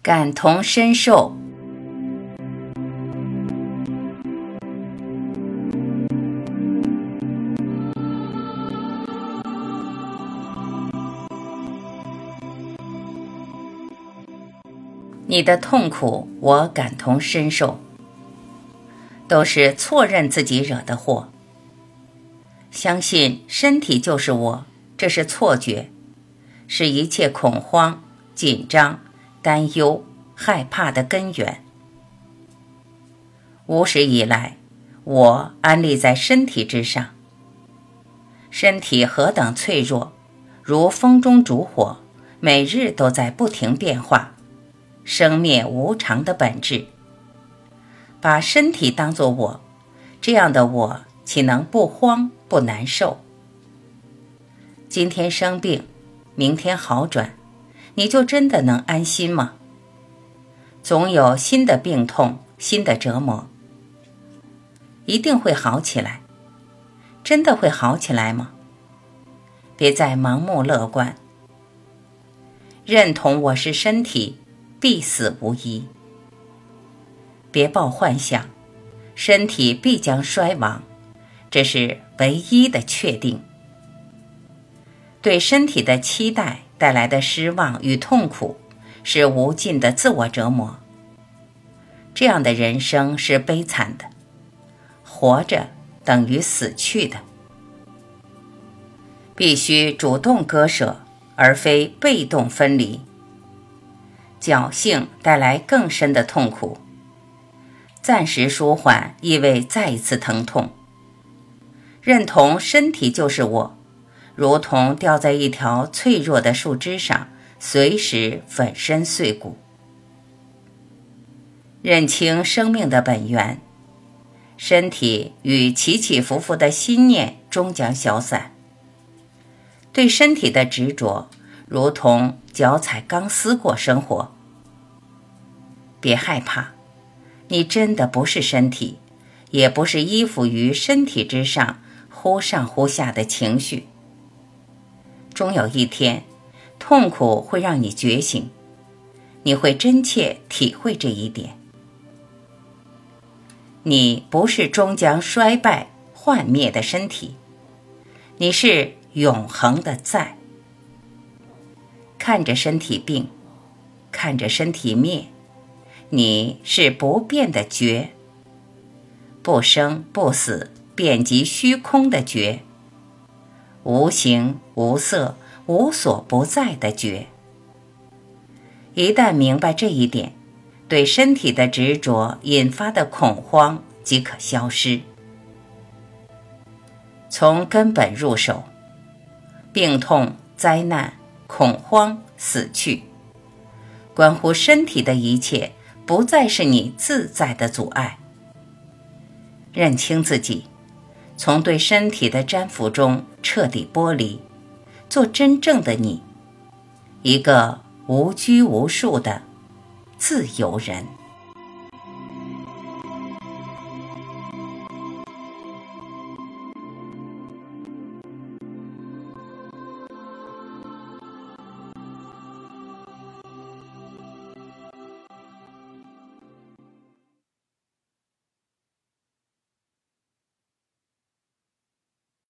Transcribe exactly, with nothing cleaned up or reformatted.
感同身受。你的痛苦我感同身受，都是错认自己惹的祸。相信身体就是我，这是错觉，是一切恐慌、紧张、担忧、害怕的根源。无始以来，我安立在身体之上。身体何等脆弱，如风中烛火，每日都在不停变化，生灭无常的本质。把身体当作我，这样的我岂能不慌不难受？今天生病，明天好转，你就真的能安心吗？总有新的病痛，新的折磨，一定会好起来。真的会好起来吗？别再盲目乐观，认同我是身体，必死无疑。别抱幻想，身体必将衰亡，这是唯一的确定。对身体的期待带来的失望与痛苦，是无尽的自我折磨。这样的人生是悲惨的，活着等于死去的。必须主动割舍，而非被动分离。侥幸带来更深的痛苦，暂时舒缓意味再一次疼痛。认同身体就是我，如同吊在一条脆弱的树枝上，随时粉身碎骨。认清生命的本源，身体与起起伏伏的心念终将消散。对身体的执着，如同脚踩钢丝过生活。别害怕，你真的不是身体，也不是依附于身体之上忽上忽下的情绪。终有一天，痛苦会让你觉醒，你会真切体会这一点。你不是终将衰败幻灭的身体，你是永恒的在。看着身体病，看着身体灭，你是不变的觉，不生不死，遍及虚空的觉，无形无色无所不在的觉。一旦明白这一点，对身体的执着引发的恐慌即可消失。从根本入手，病痛、灾难、恐慌、死去，关乎身体的一切不再是你自在的阻碍。认清自己，从对身体的粘附中彻底剥离，做真正的你，一个无拘无束的自由人。